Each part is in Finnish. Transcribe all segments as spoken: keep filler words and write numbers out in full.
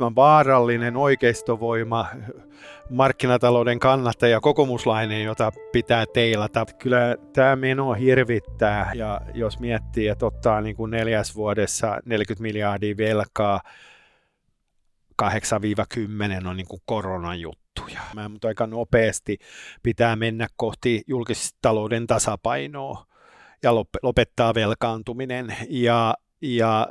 mä vaarallinen oikeistovoima, markkinatalouden kannattaja, kokoomuslainen, jota pitää teilata. Kyllä tämä meno hirvittää, ja jos miettii, että ottaa niin kuin neljäs vuodessa neljäkymmentä miljardia velkaa, kahdeksan kymmenen on niin kuin koronajuttuja. Mä, mutta aika nopeasti pitää mennä kohti julkistalouden tasapainoa ja lopettaa velkaantuminen ja, ja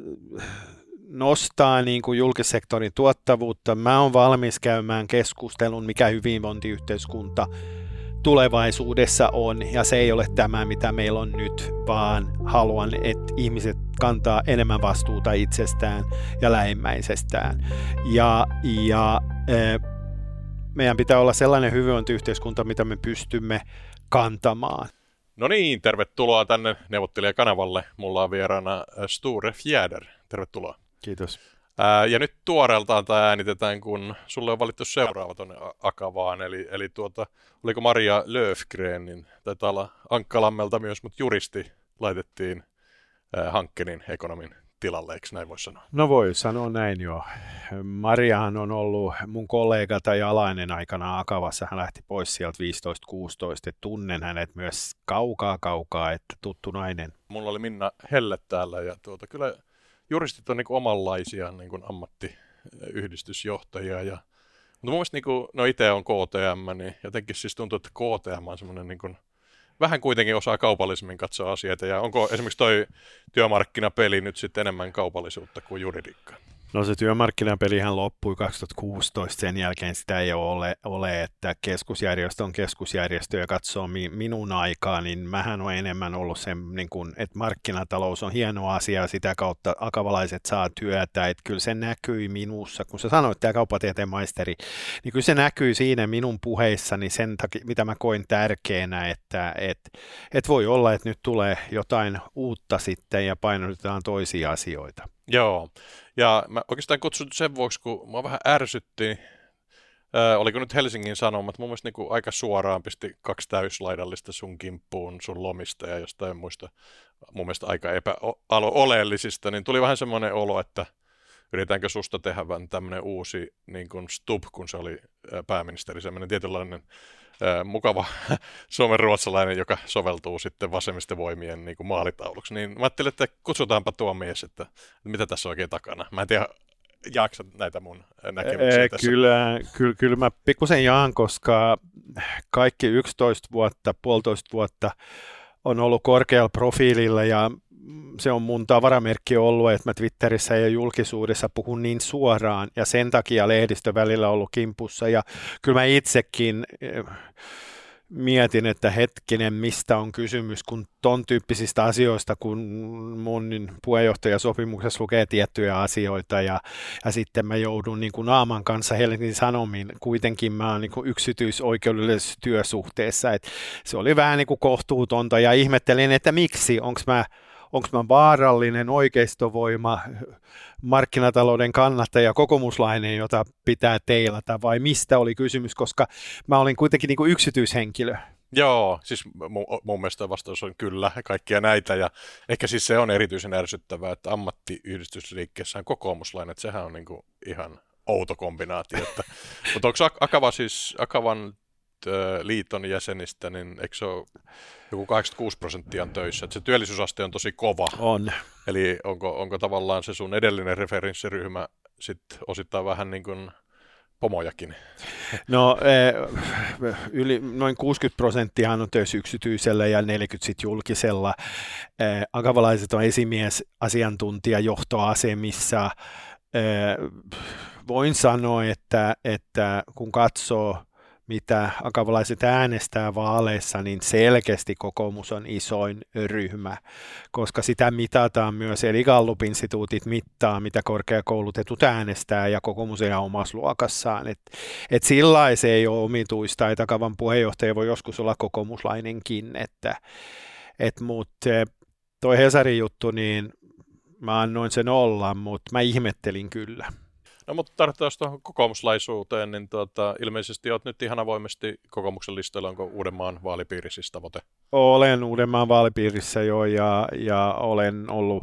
nostaa niin kuin julkisektorin tuottavuutta. Mä oon valmis käymään keskustelun, mikä hyvinvointiyhteiskunta tulevaisuudessa on, ja se ei ole tämä, mitä meillä on nyt, vaan haluan, että ihmiset kantaa enemmän vastuuta itsestään ja lähimmäisestään. Ja, ja e, meidän pitää olla sellainen hyvinvointiyhteiskunta, mitä me pystymme kantamaan. No niin, tervetuloa tänne neuvottelijakanavalle. Mulla on vieraana Sture Fjäder. Tervetuloa. Kiitos. Ää, ja nyt tuoreeltaan tämä äänitetään, kun sulle on valittu seuraava tuonne Akavaan, eli, eli tuota, oliko Maria Löfgren, niin taitaa olla Ankkalammelta myös, mutta juristi laitettiin ää, Hankkenin ekonomin tilalle, eikö näin voi sanoa? No voi sanoa näin jo. Mariahan on ollut mun kollega tai alainen aikana Akavassa, hän lähti pois sieltä viisitoista kuusitoista, että tunnen hänet myös kaukaa kaukaa, että tuttu nainen. Mulla oli Minna Helle täällä, ja tuota, kyllä juristit on niin kuin omanlaisia niin kuin ammattiyhdistysjohtajia. Ja, mutta mun mielestä, niin kuin, no itse on K T M, niin jotenkin siis tuntuu, että K T M on semmoinen niin kuin, vähän kuitenkin osaa kaupallisemmin katsoa asioita. Ja onko esimerkiksi toi työmarkkinapeli nyt sitten enemmän kaupallisuutta kuin juridiikkaa? No se työmarkkinapelihän loppui kaksituhattakuusitoista, sen jälkeen sitä ei ole, ole että keskusjärjestö on keskusjärjestö ja katsoo mi, minun aikaa, niin mähän on enemmän ollut se, niin kun, että markkinatalous on hieno asia ja sitä kautta akavalaiset saa työtä, että kyllä se näkyi minussa, kun sä sanoit tämä kauppatieteen maisteri, niin kyllä se näkyy siinä minun puheissani sen takia, mitä mä koin tärkeänä, että et, et voi olla, että nyt tulee jotain uutta sitten ja painotetaan toisia asioita. Joo, ja mä oikeastaan kutsun sen vuoksi, kun mä vähän ärsytti, ää, oliko nyt Helsingin Sanomat, mun mielestä niin aika suoraan pisti kaksi täyslaidallista sun kimppuun sun lomista ja jostain muista mun mielestä aika epäoleellisista, niin tuli vähän semmoinen olo, että yritetäänkö susta tehdä vähän tämmöinen uusi niin kuin Stubb, kun se oli pääministeri, semmoinen tietynlainen ää, mukava suomen ruotsalainen, joka soveltuu sitten vasemmistovoimien niin kuin maalitauluksi. Niin mä ajattelin, että kutsutaanpa tuo mies, että, että mitä tässä on oikein takana. Mä en tiedä, jaaksa näitä mun näkemyksiä ee, tässä. Kyllä, kyllä, kyllä mä pikkusen jaan, koska kaikki yksitoista vuotta, puolitoista vuotta on ollut korkealla profiililla ja se on mun tavaramerkki ollut, että mä Twitterissä ja julkisuudessa puhun niin suoraan ja sen takia lehdistö välillä on ollut kimpussa ja kyllä mä itsekin mietin, että hetkinen, mistä on kysymys, kun ton tyyppisistä asioista, kun mun puheenjohtajasopimuksessa lukee tiettyjä asioita ja, ja sitten mä joudun niin kuin naaman kanssa Helsingin Sanomiin, kuitenkin mä oon niin kuin yksityisoikeudellisessa työsuhteessa, että se oli vähän niin kuin kohtuutonta ja ihmettelin, että miksi, onko mä Onko mä vaarallinen oikeistovoima, markkinatalouden kannattaja, kokoomuslainen, jota pitää teilata, vai mistä oli kysymys, koska mä olin kuitenkin niin kuin yksityishenkilö. Joo, siis mun, mun mielestä vastaus on kyllä, kaikkia näitä, ja ehkä siis se on erityisen ärsyttävää, että ammattiyhdistysliikkeessä on kokoomuslainen, että sehän on niin kuin ihan outo kombinaatio. Että, mutta onko Akava siis, Akavan liiton jäsenistä, niin eikö se ole joku kahdeksankymmentäkuusi prosenttia on töissä, että se työllisyysaste on tosi kova. On. Eli onko, onko tavallaan se sun edellinen referenssiryhmä sitten osittain vähän niin kuin pomojakin? No yli, noin kuusikymmentä prosenttia on töissä yksityisellä ja neljäkymmentä sitten julkisella. Akavalaiset on esimies asiantuntija johtoasemissa. Voin sanoa, että, että kun katsoo mitä akavalaiset äänestää vaaleissa, niin selkeästi kokoomus on isoin ryhmä, koska sitä mitataan myös, eli Gallup-instituutit mittaa, mitä korkeakoulutetut äänestää, ja kokoomus ei ole omassa luokassaan. Et, et sillä se ei ole omituista, että Akavan puheenjohtaja voi joskus olla kokoomuslainenkin, että et, mutta toi Hesarin juttu, niin mä annoin sen olla, mutta mä ihmettelin kyllä. No mutta tarvitaan tuohon kokoomuslaisuuteen, niin tuota, ilmeisesti olet nyt ihan avoimesti kokoomuksen listoilla, onko Uudenmaan vaalipiirissä tavoite? Olen Uudenmaan vaalipiirissä jo ja, ja olen ollut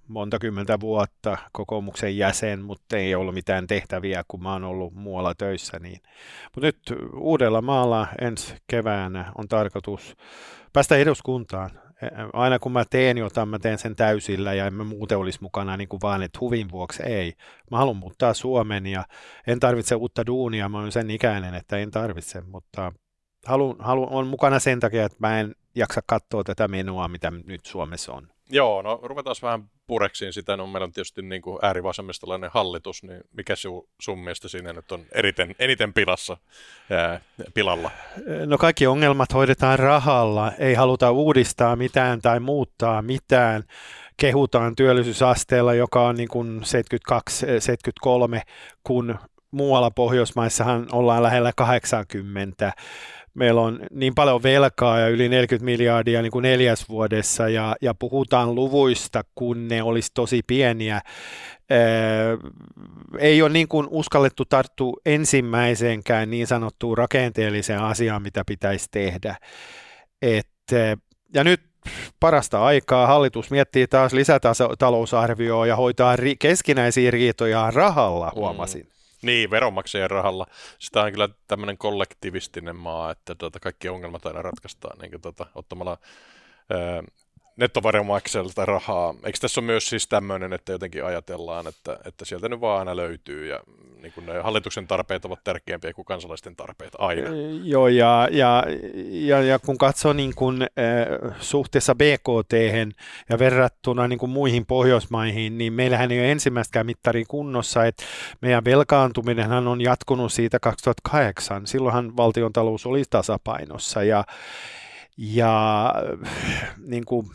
monta kymmentä vuotta kokoomuksen jäsen, mutta ei ollut mitään tehtäviä, kun mä oon ollut muualla töissä. Niin. Mutta nyt Uudellamaalla ensi keväänä on tarkoitus päästä eduskuntaan. Aina kun mä teen jotain, mä teen sen täysillä ja en mä muuten olisi mukana niin kuin vaan, että huvin vuoksi ei. Mä haluan muuttaa Suomen ja en tarvitse uutta duunia, mä oon sen ikäinen, että en tarvitse, mutta haluan, haluan, on mukana sen takia, että mä en jaksa katsoa tätä menoa, mitä nyt Suomessa on. Joo, no ruvetaan vähän pureksiin sitä, no meillä on tietysti niin kuin äärivasemmistolainen hallitus, niin mikä sun, sun mielestä siinä nyt on eriten, eniten pilassa, ää, pilalla? No kaikki ongelmat hoidetaan rahalla, ei haluta uudistaa mitään tai muuttaa mitään, kehutaan työllisyysasteella, joka on niin kuin seitsemänkymmentäkaksi seitsemänkymmentäkolme, kun muualla Pohjoismaissahan ollaan lähellä kahdeksankymmentä. Meillä on niin paljon velkaa ja yli neljäkymmentä miljardia niin kuin neljäs vuodessa ja, ja puhutaan luvuista, kun ne olisi tosi pieniä. Ee, ei ole niin kuin uskallettu tarttua ensimmäiseenkään niin sanottuun rakenteelliseen asiaan, mitä pitäisi tehdä. Et, ja nyt parasta aikaa hallitus miettii taas lisätalousarvioa ja hoitaa ri- keskinäisiä riitoja rahalla, huomasin. Mm. Niin, veronmaksajien rahalla. Sitä on kyllä tämmöinen kollektivistinen maa, että tuota, kaikki ongelmat aina ratkaistaan niin tuota, ottamalla ää, nettoveronmaksajalta rahaa. Eikö tässä ole myös siis tämmöinen, että jotenkin ajatellaan, että, että sieltä nyt vaan aina löytyy ja niin kuin ne hallituksen tarpeet ovat tärkeämpiä kuin kansalaisten tarpeet aina? Joo, ja, ja, ja, ja kun katsoo niin kuin, äh, suhteessa B K T:hen ja verrattuna niin kuin muihin Pohjoismaihin, niin meillähän ei ole ensimmäistäkään mittaria kunnossa, että meidän velkaantuminenhan on jatkunut siitä kaksituhattakahdeksan. Silloinhan valtiontalous oli tasapainossa ja Ja niin kuin,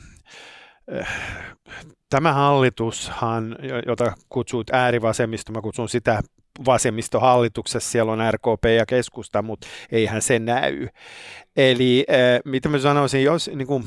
tämä hallitushan, jota kutsut äärivasemmisto, mä kutsun sitä vasemmistohallituksessa, siellä on R K P ja keskusta, mutta eihän se näy. Eli mitä mä sanoisin, jos niin kuin,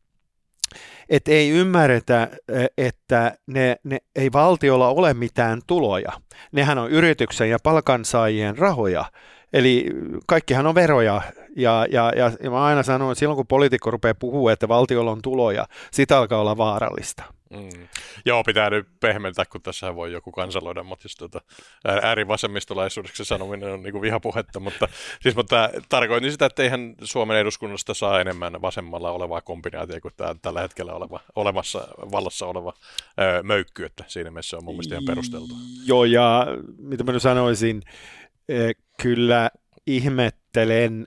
et ei ymmärretä, että ne, ne ei valtiolla ole mitään tuloja. Nehän on yrityksen ja palkansaajien rahoja. Eli kaikkihan on veroja, ja, ja, ja, ja mä aina sanon, että silloin kun poliitikko rupeaa puhumaan, että valtiolla on tuloja, sitä alkaa olla vaarallista. Mm. Joo, pitää nyt pehmentää, kun tässä voi joku kansaloida, mutta jos tuota, äärivasemmistolaisuudeksi sanominen on niin kuin vihapuhetta, mutta, siis, mutta tarkoitin sitä, että eihän Suomen eduskunnasta saa enemmän vasemmalla olevaa kombinaatiota kuin tämä tällä hetkellä oleva, olemassa vallassa oleva öö, möykky, että siinä mielessä on mun mielestä ihan perusteltu. Joo, ja mitä mä nyt sanoisin, kyllä ihmettelen,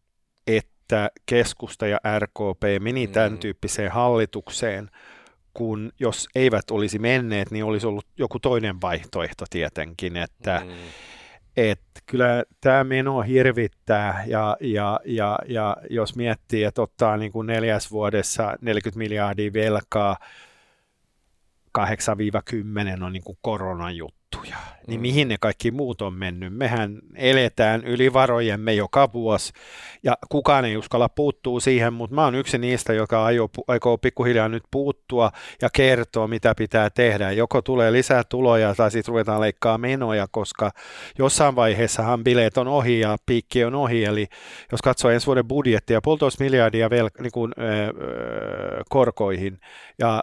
että keskusta ja R K P meni tämän mm. tyyppiseen hallitukseen, kun jos eivät olisi menneet, niin olisi ollut joku toinen vaihtoehto tietenkin, että mm. et kyllä tämä meno hirvittää ja, ja, ja, ja jos miettii, että ottaa niin kuin neljäs vuodessa neljäkymmentä miljardia velkaa, kahdeksan kymmenen on niin kuin koronan juttuja, niin mm. mihin ne kaikki muut on mennyt? Mehän eletään yli varojemme joka vuosi, ja kukaan ei uskalla puuttua siihen, mutta mä oon yksi niistä, joka aikoo pikkuhiljaa nyt puuttua ja kertoo, mitä pitää tehdä. Joko tulee lisää tuloja tai sitten ruvetaan leikkaa menoja, koska jossain vaiheessahan bileet on ohi ja piikki on ohi, eli jos katsoo ensi vuoden budjettia, puolitoista miljardia vel- niin kuin, öö, korkoihin, ja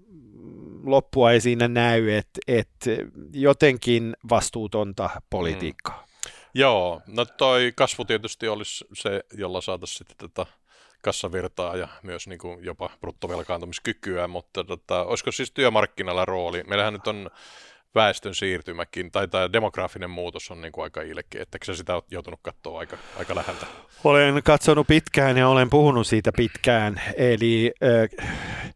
loppua ei siinä näy, että et jotenkin vastuutonta politiikkaa. Mm. Joo, no toi kasvu tietysti olisi se, jolla saataisiin sitten tätä kassavirtaa ja myös niin kuin jopa bruttovelkaantumiskykyä, mutta tota, olisiko siis työmarkkinalla rooli? Meillähän nyt on väestön siirtymäkin, tai tämä demograafinen muutos on niin kuin aika ilkeä, että sä sitä olet joutunut katsoa aika, aika läheltä? Olen katsonut pitkään ja olen puhunut siitä pitkään, eli äh,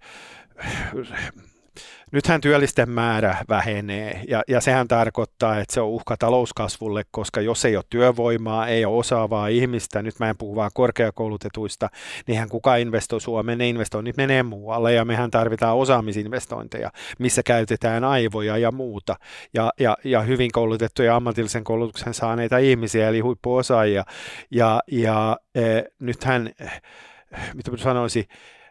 nythän työllisten määrä vähenee ja, ja sehän tarkoittaa, että se on uhka talouskasvulle, koska jos ei ole työvoimaa, ei ole osaavaa ihmistä, nyt mä en puhu vaan korkeakoulutetuista, niinhän kukaan investoi Suomeen, ne investoinnit menee muualle ja mehän tarvitaan osaamisinvestointeja, missä käytetään aivoja ja muuta ja, ja, ja hyvin koulutettuja ammatillisen koulutuksen saaneita ihmisiä, eli huippuosaajia ja, ja e, nythän, mitä sanoisin,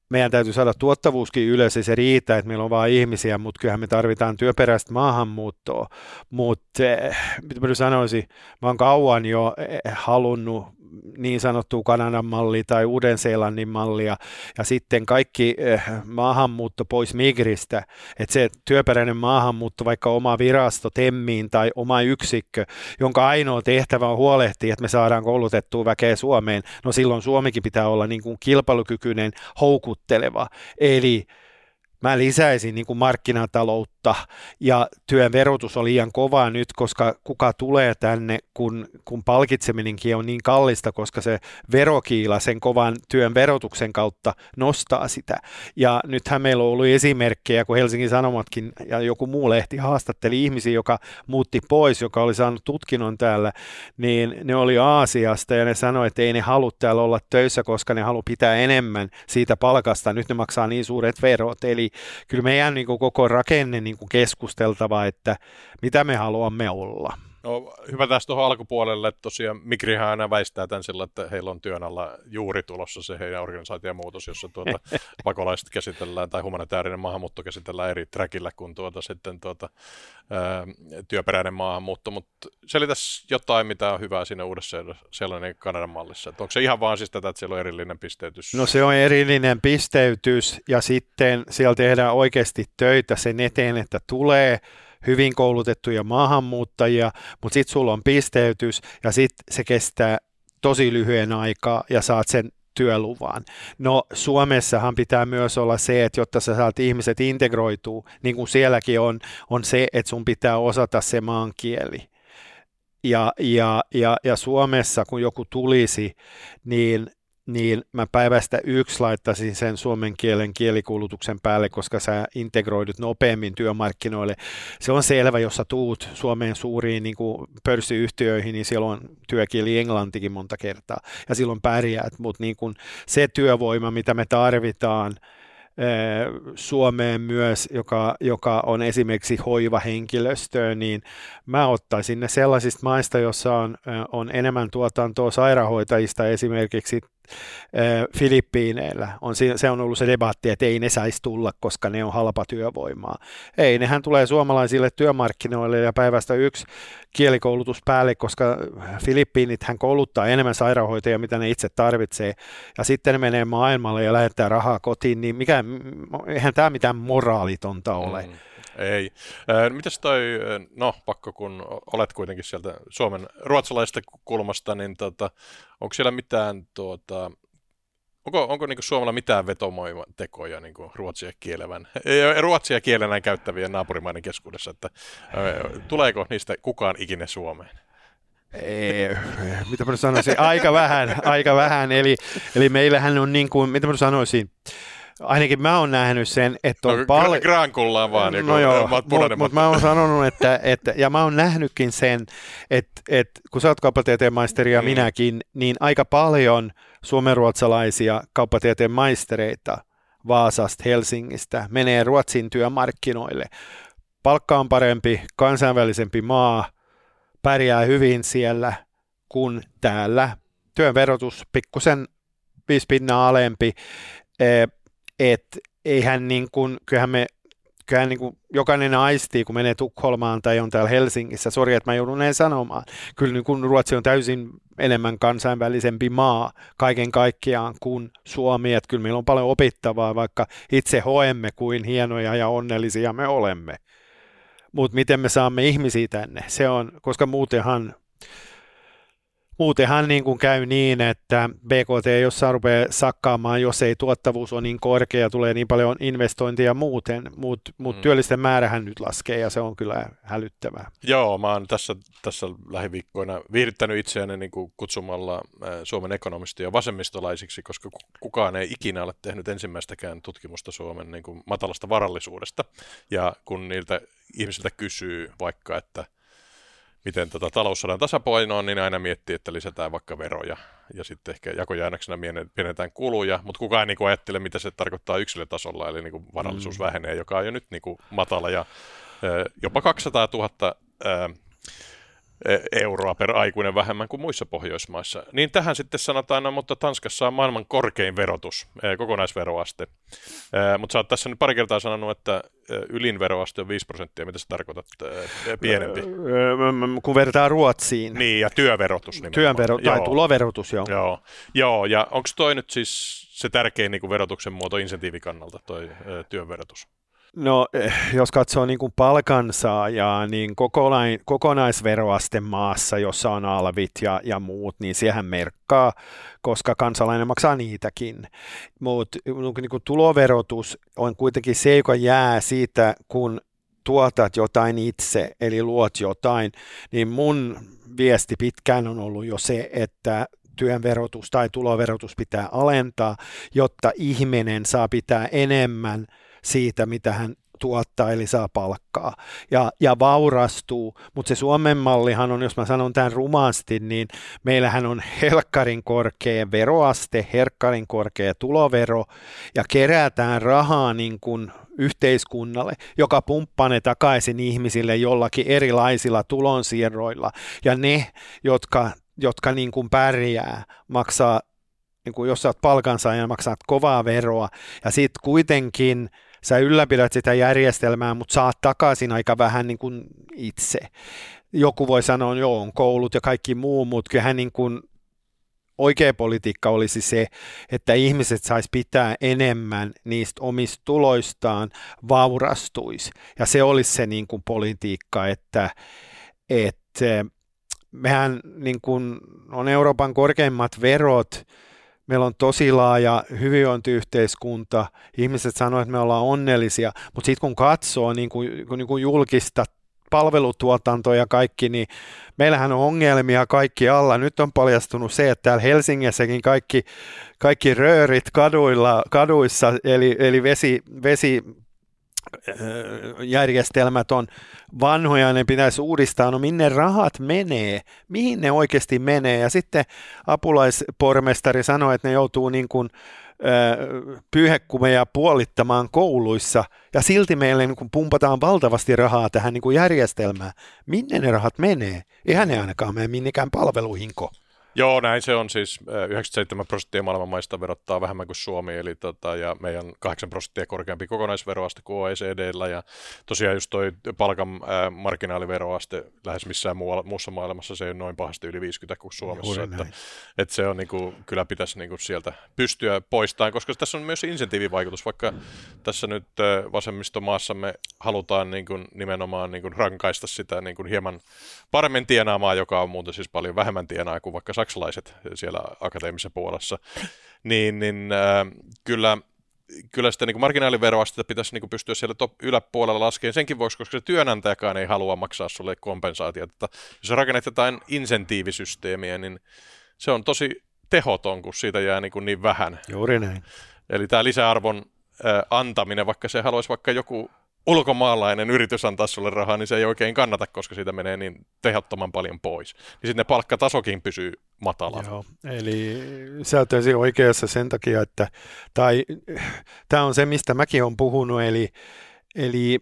meidän täytyy saada tuottavuuskin ylös, ei se riitä, että meillä on vain ihmisiä, mutta kyllähän me tarvitaan työperäistä maahanmuuttoa. Mutta mitä mä sanoisin, mä oon kauan jo halunnut niin sanottua Kanadan mallia tai Uuden-Seelannin mallia, ja sitten kaikki maahanmuutto pois migristä, että se työperäinen maahanmuutto, vaikka oma virasto Temmiin tai oma yksikkö, jonka ainoa tehtävä on huolehtia, että me saadaan koulutettua väkeä Suomeen, no silloin Suomikin pitää olla niin kuin kilpailukykyinen, houkutteleva, eli mä lisäisin niin kuin markkinataloutta ja työn verotus on liian kovaa nyt, koska kuka tulee tänne, kun, kun palkitseminenkin on niin kallista, koska se verokiila sen kovan työn verotuksen kautta nostaa sitä. Ja nythän meillä on ollut esimerkkejä, kun Helsingin Sanomatkin ja joku muu lehti haastatteli ihmisiä, joka muutti pois, joka oli saanut tutkinnon täällä, niin ne oli Aasiasta ja ne sanoi, että ei ne halua täällä olla töissä, koska ne haluaa pitää enemmän siitä palkasta. Nyt ne maksaa niin suuret verot, eli kyllä meidän niin kuin koko rakenne niin kuin keskusteltava, että mitä me haluamme olla. No, hyvä tästä tuohon alkupuolelle, että tosiaan Migrihän aina väistää tämän sillä, että heillä on työn alla juuri tulossa se heidän organisaatiomuutos, jossa tuota pakolaiset käsitellään tai humanitaarinen maahanmuutto käsitellään eri trackillä kuin tuota, sitten tuota, ää, työperäinen maahanmuutto, mutta selitäisi jotain, mitä on hyvää siinä uudessa sellainen Kanadan mallissa. Että onko se ihan vaan siis tätä, että siellä on erillinen pisteytys? No se on erillinen pisteytys ja sitten siellä tehdään oikeasti töitä sen eteen, että tulee hyvin koulutettuja maahanmuuttajia, mutta sitten sulla on pisteytys ja sitten se kestää tosi lyhyen aikaa ja saat sen työluvan. No Suomessahan pitää myös olla se, että jotta sä saat ihmiset integroituu, niin kuin sielläkin on, on se, että sun pitää osata se maan kieli. Ja, ja, ja, ja Suomessa, kun joku tulisi, niin niin mä päivästä yksi laittaisin sen suomen kielen kielikoulutuksen päälle, koska sä integroidut nopeammin työmarkkinoille. Se on selvä, jos sä tuut Suomeen suuriin niin kuin pörssiyhtiöihin, niin siellä on työkieli englantikin monta kertaa, ja silloin pärjäät, mutta niin kuin se työvoima, mitä me tarvitaan Suomeen myös, joka, joka on esimerkiksi hoivahenkilöstöä, niin mä ottaisin ne sellaisista maista, jossa on, on enemmän tuotantoa sairaanhoitajista esimerkiksi Filippiineillä. On, se on ollut se debatti, että ei ne saisi tulla, koska ne on halpa työvoimaa. Ei, nehän tulee suomalaisille työmarkkinoille ja päivästä yksi kielikoulutus päälle, koska Filippiinit hän kouluttaa enemmän sairaanhoitajia, mitä ne itse tarvitsee, ja sitten ne menee maailmalle ja lähettää rahaa kotiin, niin mikä, eihän tämä mitään moraalitonta ole. Mm. Ei. Äh, mitäs toi, no pakko kun olet kuitenkin sieltä Suomen ruotsalaisesta kulmasta, niin tota, onko siellä mitään, tuota, onko, onko niinku Suomella mitään vetomoimatekoja niinku ruotsia kielevän, ruotsia kielenä käyttävien naapurimaiden keskuudessa, että äh, tuleeko niistä kukaan ikinä Suomeen? Ei, mitä mä sanoisin, aika vähän, aika vähän, eli, eli meillähän on niin kuin, mitä mä sanoisin, ainakin mä oon nähnyt sen, että on no, paljon... Grankullaan vaan, niin no joo, mutta mut mä oon sanonut, että, että, ja mä oon nähnytkin sen, että, että kun sä oot kauppatieteen maisteri ja mm. minäkin, niin aika paljon suomenruotsalaisia kauppatieteen maistereita Vaasasta, Helsingistä menee Ruotsin työmarkkinoille. Palkka on parempi, kansainvälisempi maa, pärjää hyvin siellä kuin täällä. Työn verotus pikkusen viisi pinnaa alempi. Että eihän niin kuin, kyllähän me, kyllähän niin kuin jokainen aistii, kun menee Tukholmaan tai on täällä Helsingissä, sori, että mä joudun näin sanomaan, kyllä niin kuin Ruotsi on täysin enemmän kansainvälisempi maa kaiken kaikkiaan kuin Suomi, että kyllä meillä on paljon opittavaa, vaikka itse hoemme kuin hienoja ja onnellisia me olemme. Mutta miten me saamme ihmisiä tänne, se on, koska muutenhan Muutenhan niin kuin käy niin, että B K T jossain rupeaa sakkaamaan, jos ei tuottavuus ole niin korkea, tulee niin paljon investointia muuten, mutta mut mm. työllisten määrähän nyt laskee ja se on kyllä hälyttävää. Joo, mä oon tässä, tässä lähiviikkoina viihdyttänyt itseäni niin kuin kutsumalla Suomen ekonomistia vasemmistolaisiksi, koska kukaan ei ikinä ole tehnyt ensimmäistäkään tutkimusta Suomen niin kuin matalasta varallisuudesta. Ja kun niiltä ihmisiltä kysyy vaikka, että miten tota talous saadaan tasapainoon, niin aina miettii, että lisätään vaikka veroja ja sitten ehkä jakojäännöksenä pienennetään kuluja, mutta kukaan ei niin kuin ajattele, mitä se tarkoittaa yksilötasolla, eli niin kuin varallisuus mm. vähenee, joka on jo nyt niin kuin matala ja ö, jopa kaksisataatuhatta ö, euroa per aikuinen vähemmän kuin muissa Pohjoismaissa. Niin tähän sitten sanotaan, no, mutta Tanskassa on maailman korkein verotus, kokonaisveroaste. Mutta sä oot tässä nyt pari kertaa sanonut, että ylin veroaste on viisi prosenttia. Mitä sä tarkoitat pienempi? Kun vertaa Ruotsiin. Niin, ja työverotus nimenomaan. Työvero- tai joo. tuloverotus, joo. Joo, joo. Ja onko toi nyt siis se tärkein niin kuin verotuksen muoto insentiivikannalta, toi työverotus? No, jos katsoo niin kuin palkansaajaa, niin kokonais, kokonaisveroaste maassa, jossa on alvit ja, ja muut, niin siihen merkkaa, koska kansalainen maksaa niitäkin. Mutta niin kuin tuloverotus on kuitenkin se, joka jää siitä, kun tuotat jotain itse, eli luot jotain, niin mun viesti pitkään on ollut jo se, että työn verotus tai tuloverotus pitää alentaa, jotta ihminen saa pitää enemmän siitä, mitä hän tuottaa, eli saa palkkaa ja, ja vaurastuu, mutta se Suomen mallihan on, jos mä sanon tämän rumasti, niin meillähän on helkkarin korkea veroaste, helkkarin korkea tulovero ja kerätään rahaa niin kuin yhteiskunnalle, joka pumppaa ne takaisin ihmisille jollakin erilaisilla tulonsiirroilla ja ne, jotka, jotka niin kuin pärjää, maksaa, niin kuin jos sä oot palkansaajan, maksaat kovaa veroa ja sitten kuitenkin sä ylläpidät sitä järjestelmää, mutta saat takaisin aika vähän niin kuin itse. Joku voi sanoa, että joo, on koulut ja kaikki muu, mutta kyllähän niin kuin oikea politiikka olisi se, että ihmiset sais pitää enemmän niistä omista tuloistaan, vaurastuisi. Ja se olisi se niin kuin politiikka, että, että mehän niin kuin on Euroopan korkeimmat verot, meillä on tosi laaja hyvinvointiyhteiskunta, ihmiset sanoo, että me ollaan onnellisia, mutta sitten kun katsoo niin kuin, niin kuin julkista palvelutuotantoa ja kaikki, niin meillähän on ongelmia kaikki alla. Nyt on paljastunut se, että täällä Helsingissäkin kaikki, kaikki röörit kaduilla, kaduissa, eli, eli vesi, vesi järjestelmät on vanhoja, ne pitäisi uudistaa, no minne rahat menee, mihin ne oikeasti menee, ja sitten apulaispormestari sanoi, että ne joutuu niin kuin pyyhekumeja puolittamaan kouluissa, ja silti meille niin kuin pumpataan valtavasti rahaa tähän niin kuin järjestelmään. Minne ne rahat menee? Eihän ne ainakaan mene minnekään palveluihinko. Joo, näin se on siis. yhdeksänkymmentäseitsemän prosenttia maailman maista verottaa vähemmän kuin Suomi, eli tota, ja meidän kahdeksan prosenttia korkeampi kokonaisveroaste kuin O E C D:llä, ja tosiaan just toi palkan ää, marginaaliveroaste lähes missään muualla, muussa maailmassa se on noin pahasti yli viisikymmentä kuin Suomessa, että, että se on niinku, kyllä pitäisi niinku sieltä pystyä poistamaan, koska tässä on myös insentiivivaikutus, vaikka tässä nyt vasemmistomaassamme halutaan niinku nimenomaan niinku rankaista sitä niinku hieman paremmin tienaamaa, joka on muuten siis paljon vähemmän tienaa kuin vaikka saksalaiset siellä akateemisessa puolessa, niin, niin äh, kyllä, kyllä sitä niin marginaaliveroastetta pitäisi niin pystyä siellä top yläpuolella laskemaan senkin vuoksi, koska se työnantajakaan ei halua maksaa sulle kompensaatiota. Jos rakennat jotain insentiivisysteemiä, niin se on tosi tehoton, kun siitä jää niin, niin vähän. Juuri näin. Eli tämä lisäarvon äh, antaminen, vaikka se haluaisi vaikka joku ulkomaalainen yritys antaa sulle rahaa, niin se ei oikein kannata, koska siitä menee niin tehottoman paljon pois. Niin sitten ne palkkatasokin pysyy matalana. Joo, eli sä oot täysin oikeassa sen takia, että tai tämä on se, mistä mäkin olen puhunut, eli, eli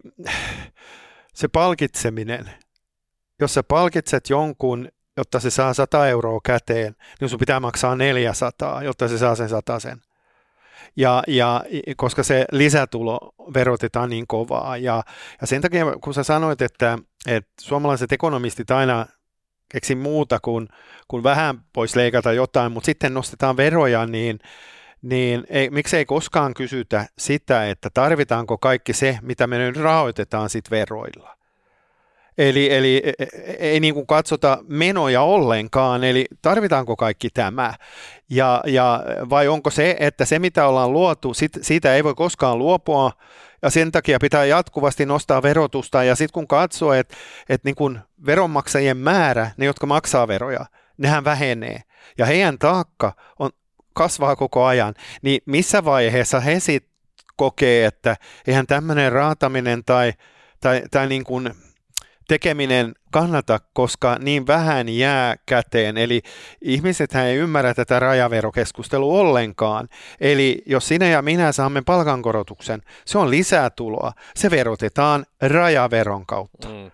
se palkitseminen. Jos sä palkitset jonkun, jotta se saa sata euroa käteen, niin sun pitää maksaa neljäsataa, jotta se saa sen satasen. Ja, ja koska se lisätulo verotetaan niin kovaa. Ja, ja sen takia, kun sä sanoit, että, että suomalaiset ekonomistit aina keksi muuta kuin, kuin vähän pois leikata jotain, mutta sitten nostetaan veroja, niin, niin ei, miksei koskaan kysytä sitä, että tarvitaanko kaikki se, mitä me nyt rahoitetaan sit veroilla. Eli, eli ei niin kuin katsota menoja ollenkaan, eli tarvitaanko kaikki tämä, ja, ja, vai onko se, että se mitä ollaan luotu, sit, siitä ei voi koskaan luopua, ja sen takia pitää jatkuvasti nostaa verotusta, ja sitten kun katsoo, että, että niin kuin veronmaksajien määrä, ne jotka maksaa veroja, nehän vähenee, ja heidän taakka on, kasvaa koko ajan, niin missä vaiheessa he sitten kokee, että eihän tämmöinen raataminen tai, tai, tai niin kuin tekeminen kannata, koska niin vähän jää käteen. Eli ihmisethän ei ymmärrä tätä rajaverokeskustelua ollenkaan. Eli jos sinä ja minä saamme palkankorotuksen, se on lisätuloa. Se verotetaan rajaveron kautta. Mm.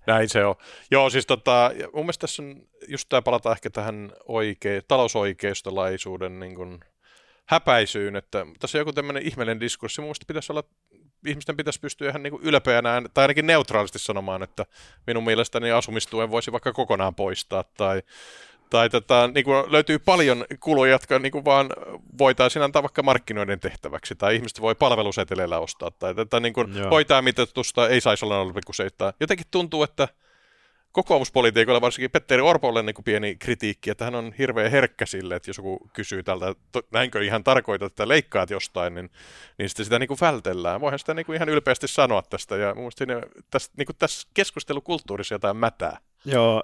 Näin se on. Joo, siis tota, mun mielestä tässä on, just tämä palataan ehkä tähän oikein, talousoikeistolaisuuden niin kuin häpäisyyn, että tässä on joku tämmöinen ihmeellinen diskurssi. Mun mielestä pitäisi olla, ihmisten pitäisi pystyä ihan niin kuin ylpeänä, tai ainakin neutraalisti sanomaan, että minun mielestäni asumistuen voisi vaikka kokonaan poistaa, tai Tai tota, niin kuin löytyy paljon kuluja, jotka niin kuin vaan voitaisiin antaa vaikka markkinoiden tehtäväksi, tai ihmiset voi palveluseteleillä ostaa, tai tätä niin kuin hoitajamitoitusta ei saisi olla nolla pilkku seitsemän. Jotenkin tuntuu, että kokoomuspolitiikoilla, varsinkin Petteri Orpolle niin kuin pieni kritiikki, että hän on hirveän herkkä sille, että jos joku kysyy tältä, että näinkö ihan tarkoitat, että leikkaat jostain, niin, niin sitten sitä niin kuin vältellään. Voihan sitä niin kuin ihan ylpeästi sanoa tästä, ja mun mielestä siinä, tässä, niin kuin tässä keskustelukulttuurissa jotain mätää. Joo,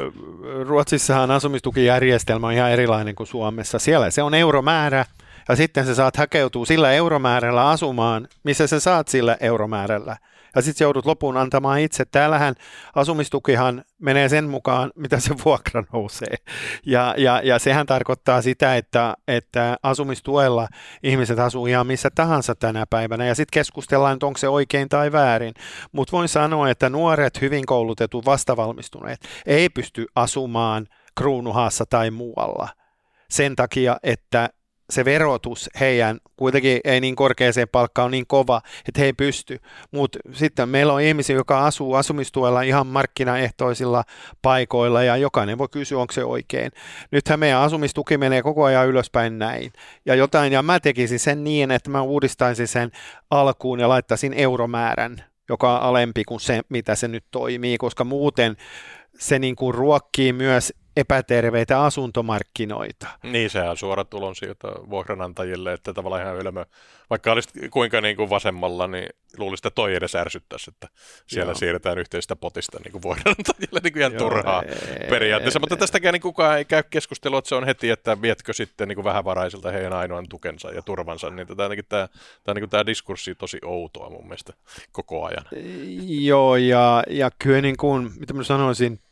Ruotsissahan asumistukijärjestelmä on ihan erilainen kuin Suomessa. Siellä se on euromäärä, ja sitten sä saat hakeutua sillä euromäärällä asumaan, missä sä saat sillä euromäärällä. Ja sitten joudut lopun antamaan itse. Täällähän asumistukihan menee sen mukaan, mitä se vuokra nousee. Ja, ja, ja sehän tarkoittaa sitä, että, että asumistuella ihmiset asuu ihan missä tahansa tänä päivänä. Ja sitten keskustellaan, että onko se oikein tai väärin. Mutta voin sanoa, että nuoret, hyvin koulutetut, vastavalmistuneet ei pysty asumaan Kruunuhaassa tai muualla. Sen takia, että se verotus heidän kuitenkin ei niin korkeaseen palkkaan on niin kova, että he ei pysty. Mutta sitten meillä on ihmisiä, joka asuu asumistuella ihan markkinaehtoisilla paikoilla ja jokainen voi kysyä, onko se oikein. Nythän meidän asumistuki menee koko ajan ylöspäin näin. Ja jotain, ja mä tekisin sen niin, että mä uudistaisin sen alkuun ja laittaisin euromäärän, joka on alempi kuin se, mitä se nyt toimii, koska muuten se niin kuin ruokkii myös epäterveitä asuntomarkkinoita. Niin, sehän on suora tulonsiirto vuokranantajille, että tavallaan ihan ylmö, vaikka olisit kuinka niin kuin vasemmalla, niin luulisin, että toi edes ärsyttäisi, että siellä Joo. siirretään yhteistä potista niin kuin vuokranantajille niin kuin ihan Joo, turhaa ei, periaatteessa, ei, mutta tästäkään niin kukaan ei käy keskustelua, että se on heti, että vietkö sitten niin kuin vähävaraisilta heidän ainoan tukensa ja turvansa, niin tämä, tämä, tämä, niin tämä diskurssi tosi outoa mun mielestä koko ajan. Joo, ja, ja kyllä niin kuin, mitä mä sanoisin,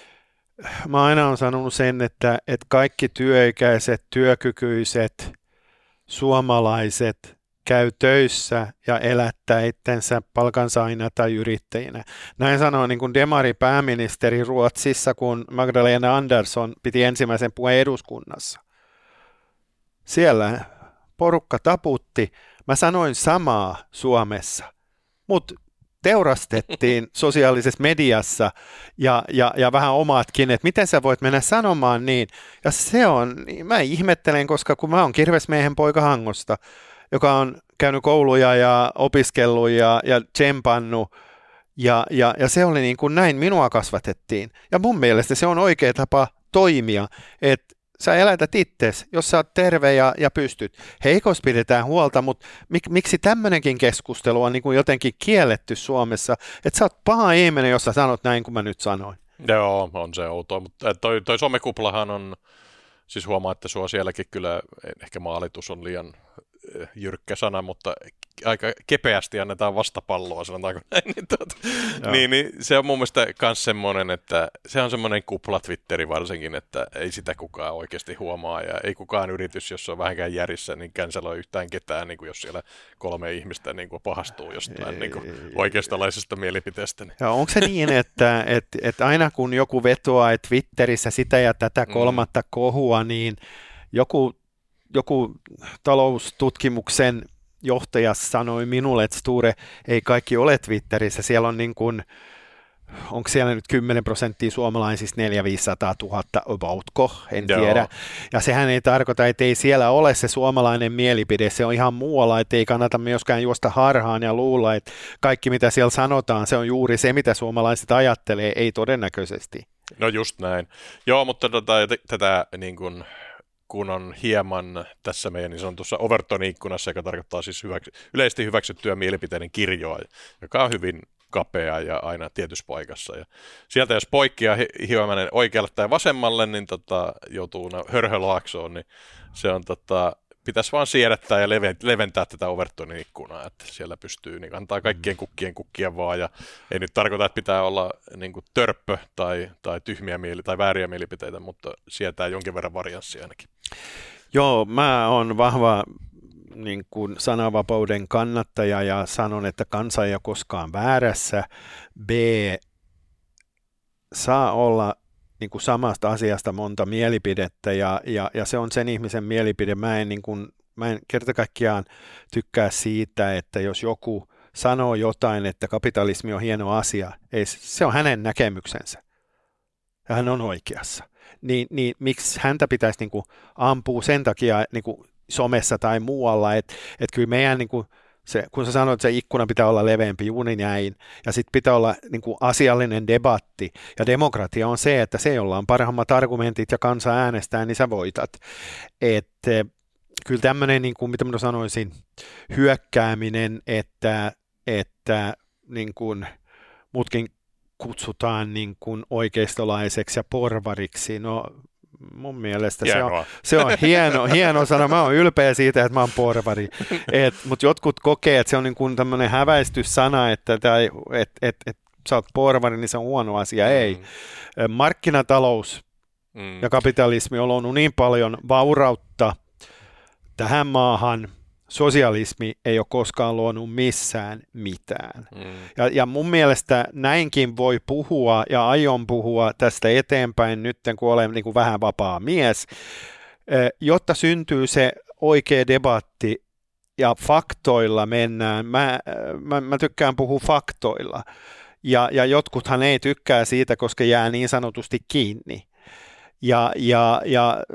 mä aina olen sanonut sen, että, että kaikki työikäiset, työkykyiset, suomalaiset käy töissä ja elättää itsensä palkansaajina tai yrittäjinä. Näin sanoi niin kuin demari pääministeri Ruotsissa, kun Magdalena Andersson piti ensimmäisen puheen eduskunnassa. Siellä porukka taputti. Mä sanoin samaa Suomessa, mutta teurastettiin sosiaalisessa mediassa ja, ja, ja vähän omatkin, että miten sä voit mennä sanomaan niin. Ja se on, mä ihmettelen, koska kun mä oon kirvesmiehen poika Hangosta, joka on käynyt kouluja ja opiskellut ja, ja tsempannut, ja, ja, ja se oli niin kuin näin minua kasvatettiin. Ja mun mielestä se on oikea tapa toimia, että sä elätät itses, jos sä oot terve ja, ja pystyt. Heikosti pidetään huolta, mutta mik, miksi tämmöinenkin keskustelu on niin kuin jotenkin kielletty Suomessa, että sä oot paha ihminen, jos sä sanot näin, kuin mä nyt sanoin. Joo, on se outoa, mutta toi, toi somekuplahan on, siis huomaa, että sua sielläkin kyllä, ehkä maalitus on liian jyrkkä sana, mutta aika kepeästi annetaan vastapalloa, sanotaanko näin. Niin, tuota, niin, niin se on mun mielestä myös semmoinen, että se on semmoinen kupla Twitteri varsinkin, että ei sitä kukaan oikeasti huomaa ja ei kukaan yritys, jos on vähänkään järjissä, niin canceloi yhtään ketään, niin kuin jos siellä kolme ihmistä niin kuin pahastuu jostain niin kuin oikeistolaisesta mielipiteestä. Niin. Ja onko se niin, että, että, että aina kun joku vetoaa Twitterissä sitä ja tätä kolmatta mm. kohua, niin joku Joku taloustutkimuksen johtaja sanoi minulle, että Sture, ei kaikki ole Twitterissä. Siellä on niin kuin, onko siellä nyt kymmenen prosenttia suomalaisista neljä viisisataa tuhatta aboutko, en Joo. tiedä. Ja sehän ei tarkoita, että ei siellä ole se suomalainen mielipide, se on ihan muualla, että ei kannata myöskään juosta harhaan ja luulla, että kaikki mitä siellä sanotaan, se on juuri se, mitä suomalaiset ajattelee, ei todennäköisesti. No just näin. Joo, mutta tota, tätä niin kuin kun on hieman tässä meidän niin sanotussa Overton-ikkunassa, joka tarkoittaa siis hyväksy, yleisesti hyväksyttyä mielipiteiden kirjoa, joka on hyvin kapea ja aina tietyssä paikassa. Ja sieltä jos poikkeaa hieman oikealle tai vasemmalle, niin tota, joutuu hörhölaaksoon, niin se on tota, pitäisi vaan siedättää ja leventää tätä Overtonin ikkunaa, että siellä pystyy niin antaa kaikkien kukkien kukkia vaan, ja ei nyt tarkoita, että pitää olla niin kuin törppö tai, tai tyhmiä mieli tai vääriä mielipiteitä, mutta sietää jonkin verran varianssia ainakin. Joo, mä oon vahva niin kuin sananvapauden kannattaja ja sanon, että kansa ei ole koskaan väärässä. B, saa olla niin kuin samasta asiasta monta mielipidettä ja, ja, ja se on sen ihmisen mielipide. Mä en, niin kuin, mä en kerta kaikkiaan tykkää siitä, että jos joku sanoo jotain, että kapitalismi on hieno asia, ei, se on hänen näkemyksensä ja hän on oikeassa. Niin, niin miksi häntä pitäisi niin kuin ampua sen takia niin kuin somessa tai muualla, että et kyllä meidän, niin kuin, se, kun sä sanoit, että se ikkuna pitää olla leveämpi, juuri näin, ja sitten pitää olla niin kuin asiallinen debatti, ja demokratia on se, että se, jolla on parhaimmat argumentit ja kansa äänestää, niin sä voitat. Että kyllä tämmöinen, niin kuin, mitä mä sanoisin, hyökkääminen, että, että niin kuin mutkin kutsutaan niin kuin oikeistolaiseksi ja porvariksi, no mun mielestä se on, se on hieno, hieno sana. Mä oon ylpeä siitä, että mä oon porvari. Mutta jotkut kokee, että se on niin kuin tämmöinen häväistyssana, että et, et, et, et, sä oot porvari, niin se on huono asia. Mm. Ei. Markkinatalous mm. ja kapitalismi on luonut niin paljon vaurautta tähän maahan. Sosialismi ei ole koskaan luonut missään mitään. Mm. Ja, ja mun mielestä näinkin voi puhua ja aion puhua tästä eteenpäin nyt, kun olen niin kuin vähän vapaa mies, jotta syntyy se oikea debatti ja faktoilla mennään. Mä, mä, mä tykkään puhua faktoilla ja, ja jotkuthan ei tykkää siitä, koska jää niin sanotusti kiinni. Ja, ja, ja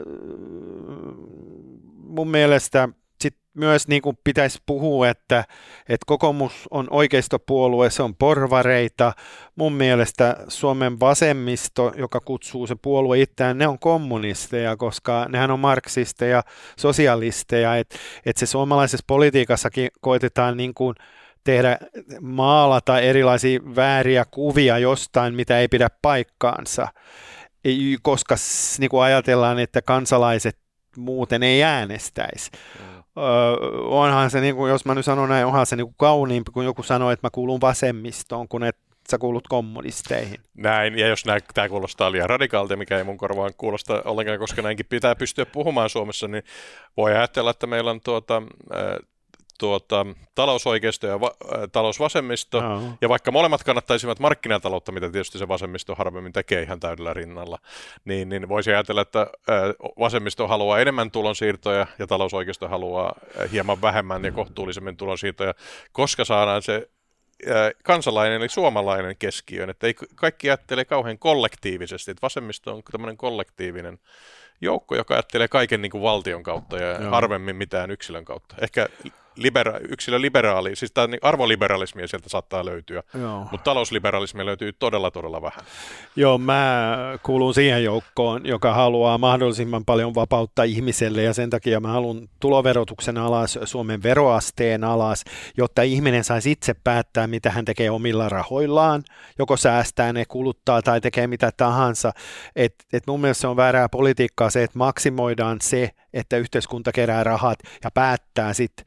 mun mielestä myös niin kuin pitäisi puhua, että, että kokoomus on oikeistopuolue, se on porvareita. Mun mielestä Suomen vasemmisto, joka kutsuu se puolue itseään, ne on kommunisteja, koska nehän on marksisteja, sosialisteja. Että et se suomalaisessa politiikassakin koitetaan niin kuin tehdä, maalata erilaisia vääriä kuvia jostain, mitä ei pidä paikkaansa, koska niin kuin ajatellaan, että kansalaiset muuten ei äänestäisi. Mm. Öö, onhan se, niin kuin, jos mä nyt sanon näin, onhan se niin kuin kauniimpi, kun joku sanoo, että mä kuulun vasemmistoon, kun et sä kuulut kommunisteihin. Näin, ja jos tämä kuulostaa liian radikaalta, mikä ei mun korvaan kuulosta ollenkaan, koska näinkin pitää pystyä puhumaan Suomessa, niin voi ajatella, että meillä on tuota, tuota, talousoikeisto ja va- talousvasemmisto, no. Ja vaikka molemmat kannattaisivat markkinataloutta, mitä tietysti se vasemmisto harvemmin tekee ihan täydellä rinnalla, niin, niin voisi ajatella, että vasemmisto haluaa enemmän tulonsiirtoja ja talousoikeisto haluaa hieman vähemmän ja kohtuullisemmin tulonsiirtoja, koska saadaan se kansalainen eli suomalainen keskiöön, että ei kaikki ajattele kauhean kollektiivisesti, että vasemmisto on tämmöinen kollektiivinen joukko, joka ajattelee kaiken niin kuin valtion kautta ja Joo. harvemmin mitään yksilön kautta. Ehkä libera- yksilöliberaali, siis tämä niin arvoliberalismia sieltä saattaa löytyä, Joo. mutta talousliberalismia löytyy todella, todella vähän. Joo, mä kuulun siihen joukkoon, joka haluaa mahdollisimman paljon vapautta ihmiselle ja sen takia mä haluan tuloverotuksen alas, Suomen veroasteen alas, jotta ihminen saisi itse päättää, mitä hän tekee omilla rahoillaan, joko säästää ne, kuluttaa tai tekee mitä tahansa. Et, et mun mielestä se on väärää politiikkaa se, että maksimoidaan se, että yhteiskunta kerää rahat ja päättää sitten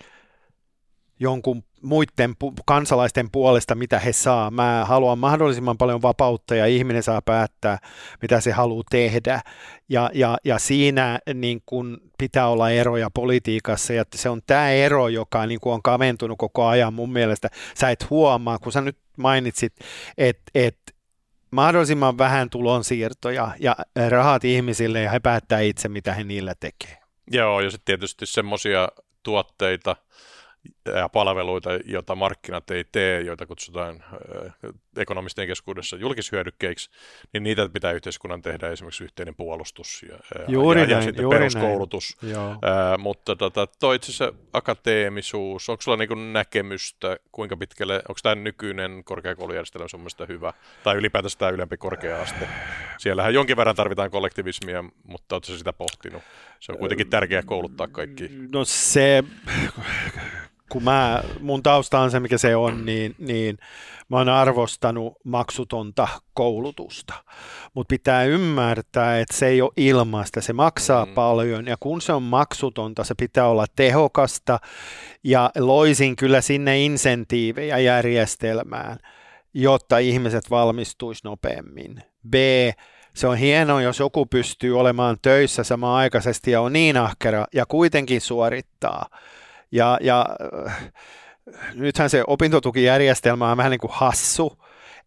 jonkun muiden pu- kansalaisten puolesta, mitä he saa. Mä haluan mahdollisimman paljon vapautta ja ihminen saa päättää, mitä se haluaa tehdä. Ja, ja, ja siinä niin kun pitää olla eroja politiikassa ja se on tämä ero, joka niin kun on kaventunut koko ajan mun mielestä. Sä et huomaa, kun sä nyt mainitsit, että et mahdollisimman vähän tulonsiirtoja ja rahat ihmisille ja he päättää itse, mitä he niillä tekee. Joo, ja sitten tietysti semmoisia tuotteita ja palveluita, joita markkinat ei tee, joita kutsutaan ekonomistien keskuudessa julkishyödykkeiksi, niin niitä pitää yhteiskunnan tehdä, esimerkiksi yhteinen puolustus ja, juuri ja, näin, ja sitten juuri peruskoulutus. Ää, mutta tota, toi itse asiassa akateemisuus, onko sulla niinku näkemystä, kuinka pitkälle, onko tämä nykyinen korkeakoulujärjestelmä semmoista hyvä, tai ylipäätänsä tämä ylempi korkea-aste? Siellähän jonkin verran tarvitaan kollektivismia, mutta oletko sitä pohtinut? Se on kuitenkin tärkeää kouluttaa kaikki. No se, kun mä, mun tausta on se, mikä se on, niin, niin mä oon arvostanut maksutonta koulutusta. Mutta pitää ymmärtää, että se ei ole ilmaista, se maksaa mm. paljon ja kun se on maksutonta, se pitää olla tehokasta ja loisin kyllä sinne insentiivejä järjestelmään, jotta ihmiset valmistuisi nopeammin. B, se on hienoa, jos joku pystyy olemaan töissä samanaikaisesti ja on niin ahkera ja kuitenkin suorittaa. Ja, ja nythän se opintotukijärjestelmä on vähän niin kuin hassu,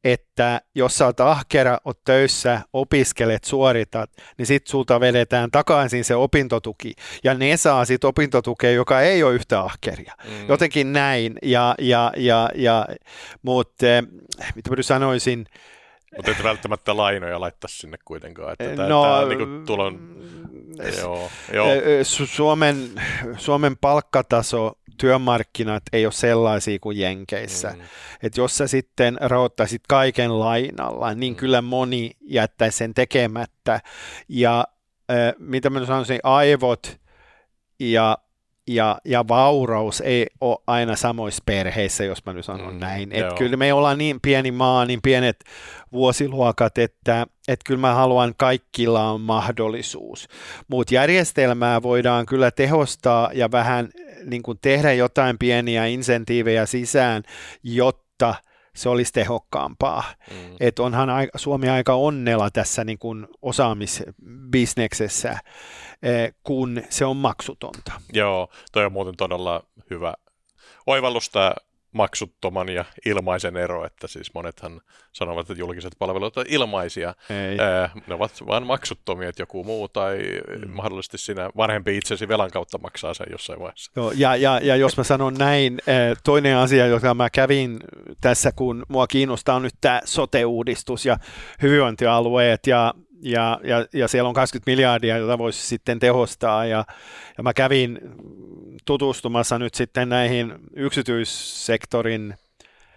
että jos sä oot ahkera, oot töissä, opiskelet, suoritat, niin sit sulta vedetään takaisin se opintotuki. Ja ne saa sit opintotukea, joka ei ole yhtä ahkeria. Mm. Jotenkin näin. Ja, ja, ja, ja, mutta mitä mä sanoisin, mutta et välttämättä lainoja laittaa sinne kuitenkaan. Että tää, no, tää on niinku tulon... Joo, joo. Suomen, Suomen palkkataso, työmarkkinat ei ole sellaisia kuin Jenkeissä. Mm. Että jos sä sitten rahoittaisit kaiken lainalla, niin mm. kyllä moni jättäisi sen tekemättä. Ja äh, mitä mä sanoisin, aivot ja Ja, ja vauraus ei ole aina samoissa perheissä, jos mä nyt sanon mm, näin. Että kyllä me ollaan niin pieni maa, niin pienet vuosiluokat, että et kyllä mä haluan kaikilla on mahdollisuus. Mutta järjestelmää voidaan kyllä tehostaa ja vähän niin kuin tehdä jotain pieniä insentiivejä sisään, jotta se olisi tehokkaampaa. Mm. Että onhan Suomi aika onnella tässä niin kuin osaamisbisneksessä, kun se on maksutonta. Joo, toi on muuten todella hyvä oivallus tämä maksuttoman ja ilmaisen ero, että siis monethan sanovat, että julkiset palvelut ovat ilmaisia. Ää, ne ovat vain maksuttomia, että joku muu tai mm. mahdollisesti sinä vanhempi itsesi velan kautta maksaa sen jossain vaiheessa. Joo, ja, ja, ja jos mä sanon näin, toinen asia, jota mä kävin tässä, kun mua kiinnostaa nyt tämä sote-uudistus ja hyvinvointialueet ja Ja, ja, ja siellä on kaksikymmentä miljardia, jota voisi sitten tehostaa, ja, ja mä kävin tutustumassa nyt sitten näihin yksityissektorin äh,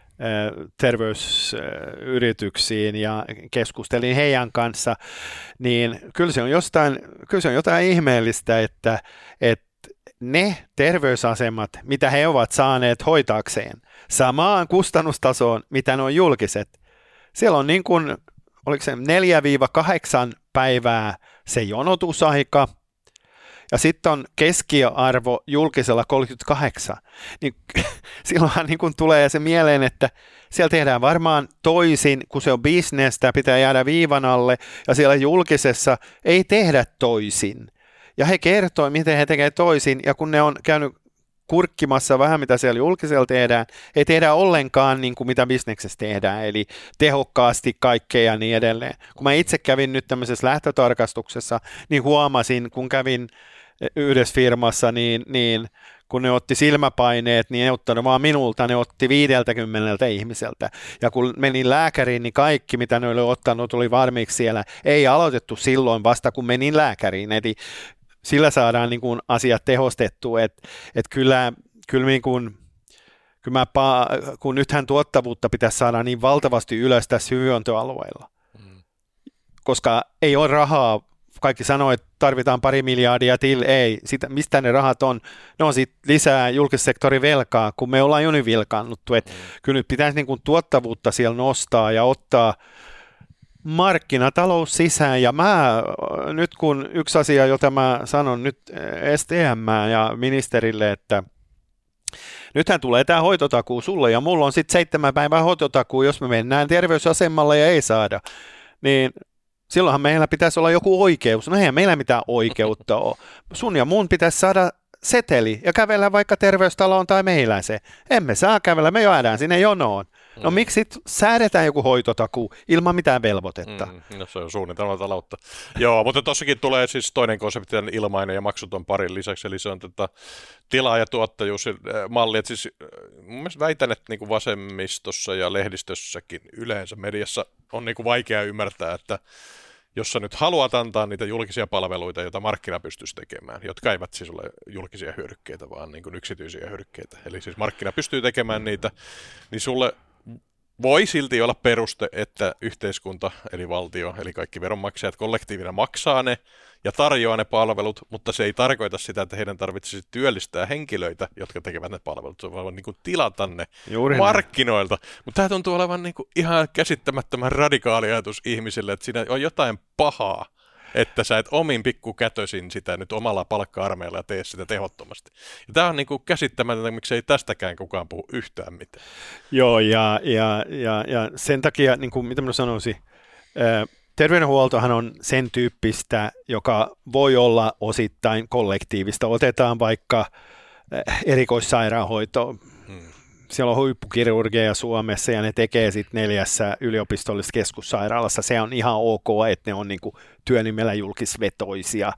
terveysyrityksiin ja keskustelin heidän kanssa, niin kyllä se on, jostain, kyllä se on jotain ihmeellistä, että, että ne terveysasemat, mitä he ovat saaneet hoitaakseen samaan kustannustasoon, mitä ne on julkiset, siellä on niin kuin oliko se neljä kahdeksan päivää se jonotusaika, ja sitten on keskiarvo julkisella kolmekymmentäkahdeksan, niin silloinhan niin kun tulee se mieleen, että siellä tehdään varmaan toisin, kun se on bisnestä, pitää jäädä viivan alle, ja siellä julkisessa ei tehdä toisin. Ja he kertoo, miten he tekevät toisin, ja kun ne on käynyt kurkkimassa vähän, mitä siellä julkisella tehdään, ei tehdä ollenkaan niin kuin mitä bisneksessä tehdään, eli tehokkaasti kaikkea ja niin edelleen. Kun mä itse kävin nyt tämmöisessä lähtötarkastuksessa, niin huomasin, kun kävin yhdessä firmassa, niin, niin kun ne otti silmäpaineet, niin ne ottanut vaan minulta, ne otti viideltäkymmeneltä ihmiseltä. Ja kun menin lääkäriin, niin kaikki, mitä ne oli ottanut, oli valmiiksi siellä. Ei aloitettu silloin vasta, kun menin lääkäriin. Eli sillä saadaan niin kuin asiat tehostettua, että et kyllä, kyllä, niin kuin, kyllä mä pa- kun nythän tuottavuutta pitäisi saada niin valtavasti ylös tässä hyvinvointialueilla, mm. koska ei ole rahaa. Kaikki sanoo, että tarvitaan pari miljardia, til ei. Sitä, mistä ne rahat on? Ne on sitten lisää julkissektorin velkaa, kun me ollaan jo nyt vilkaannuttu. Mm. Kyllä nyt pitäisi niin kuin tuottavuutta siellä nostaa ja ottaa markkinatalous sisään, ja mä nyt kun yksi asia, jota mä sanon nyt S T M ja ministerille, että nythän tulee tämä hoitotakuu sulle, ja mulla on sitten seitsemän päivää hoitotakuu, jos me mennään terveysasemalle ja ei saada, niin silloinhan meillä pitäisi olla joku oikeus. No eihän meillä mitään oikeutta ole. Sun ja mun pitäisi saada seteli ja kävellä vaikka terveystaloon tai mehiläiseen. Emme saa kävellä, me jäädään sinne jonoon. No mm. miksi sit säädetään joku hoitotakuu ilman mitään velvoitetta? Mm, no se on suunnitelmataloutta. Joo, mutta tossakin tulee siis toinen konsepti, ilmainen ja maksuton parin lisäksi, eli se on tätä tila- ja tuottajuusmalli. Että siis mun mielestä väitän, että niin kuin vasemmistossa ja lehdistössäkin yleensä mediassa on niin kuin vaikea ymmärtää, että jos sä nyt haluat antaa niitä julkisia palveluita, joita markkina pystyisi tekemään, jotka eivät siis ole julkisia hyödykkeitä, vaan niin kuin yksityisiä hyödykkeitä. Eli siis markkina pystyy tekemään niitä, niin sulle voi silti olla peruste, että yhteiskunta, eli valtio, eli kaikki veronmaksajat kollektiivina maksaa ne ja tarjoaa ne palvelut, mutta se ei tarkoita sitä, että heidän tarvitsisi työllistää henkilöitä, jotka tekevät ne palvelut. Se on vaan niin kuin tilata ne Juuri markkinoilta. Näin. Mutta tämä tuntuu olevan niin kuin ihan käsittämättömän radikaali ajatus ihmisille, että siinä on jotain pahaa, että sä et omin pikkukätösin sitä nyt omalla palkka-armeilla ja tee sitä tehottomasti. Ja tämä on niin kuin käsittämätöntä, miksei tästäkään kukaan puhu yhtään mitään. Joo, ja, ja, ja, ja sen takia, niin kuin, mitä mä sanoisin, terveydenhuoltohan on sen tyyppistä, joka voi olla osittain kollektiivista. Otetaan vaikka erikoissairaanhoito. Hmm. siellä on huippukirurgeja Suomessa ja ne tekee sitten neljässä yliopistollisessa keskussairaalassa. Se on ihan ok, että ne on niin kuin työnimellä julkisvetoisia.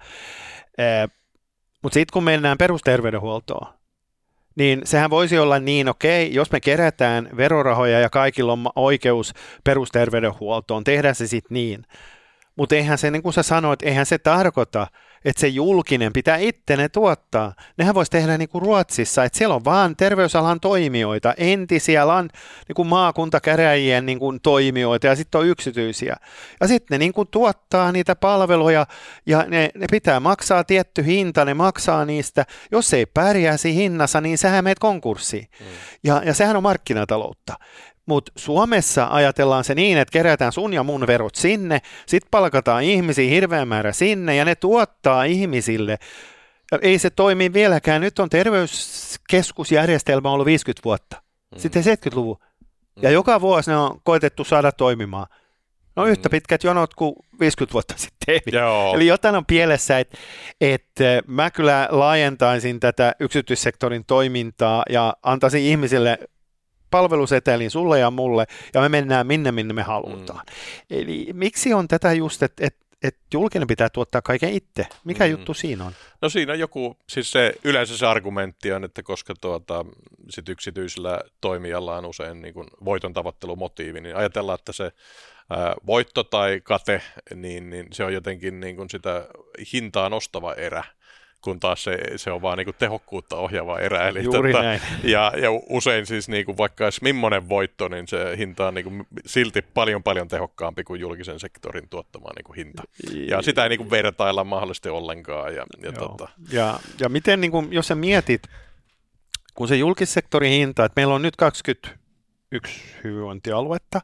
Mutta sitten kun mennään perusterveydenhuoltoon, niin sehän voisi olla niin, okei, jos me kerätään verorahoja ja kaikilla on oikeus perusterveydenhuoltoon, tehdään se sitten niin. Mutta eihän se, niin kuin sä sanoit, eihän se tarkoita, että se julkinen pitää itse ne tuottaa. Nehän voisi tehdä niin kuin Ruotsissa, että siellä on vaan terveysalan toimijoita, entisiä lan, niin kuin maakuntakäräjien niin kuin toimijoita ja sitten on yksityisiä. Ja sitten ne niin kuin tuottaa niitä palveluja ja ne, ne pitää maksaa tietty hinta, ne maksaa niistä. Jos ei pärjäisi hinnassa, niin sähän meet konkurssiin. Mm. Ja, ja sehän on markkinataloutta. Mutta Suomessa ajatellaan se niin, että kerätään sun ja mun verot sinne, sitten palkataan ihmisiä hirveän määrä sinne ja ne tuottaa ihmisille. Ja ei se toimi vieläkään. Nyt on terveyskeskusjärjestelmä ollut viisikymmentä vuotta, mm. sitten seitsemänkymmentäluvun. Mm. Ja joka vuosi ne on koetettu saada toimimaan. No yhtä pitkät jonot kuin viisikymmentä vuotta sitten. Joo. Eli jotain on pielessä, että et mä kyllä laajentaisin tätä yksityissektorin toimintaa ja antaisin ihmisille palvelusetelin sulle ja mulle, ja me mennään minne, minne me halutaan. Mm. Eli miksi on tätä just, että et, et julkinen pitää tuottaa kaiken itse? Mikä mm. juttu siinä on? No siinä on joku, siis se yleensä se argumentti on, että koska tuota, sit yksityisellä toimijalla on usein niin kuin voiton tavoittelumotiivi, niin ajatellaan, että se ää, voitto tai kate, niin, niin se on jotenkin niin kuin sitä hintaa nostava erä, kun taas se, se on vaan niinku tehokkuutta ohjaava erä. Eli Juuri tota, näin. Ja, ja usein siis niinku vaikka olisi millainen voitto, niin se hinta on niinku silti paljon paljon tehokkaampi kuin julkisen sektorin tuottama niinku hinta. Ja sitä ei niinku vertailla mahdollisesti ollenkaan. Ja, ja, tota. ja, ja miten, niinku, jos sä mietit, kun se julkissektorin hinta, että meillä on nyt kaksikymmentäyksi hyvinvointialuetta,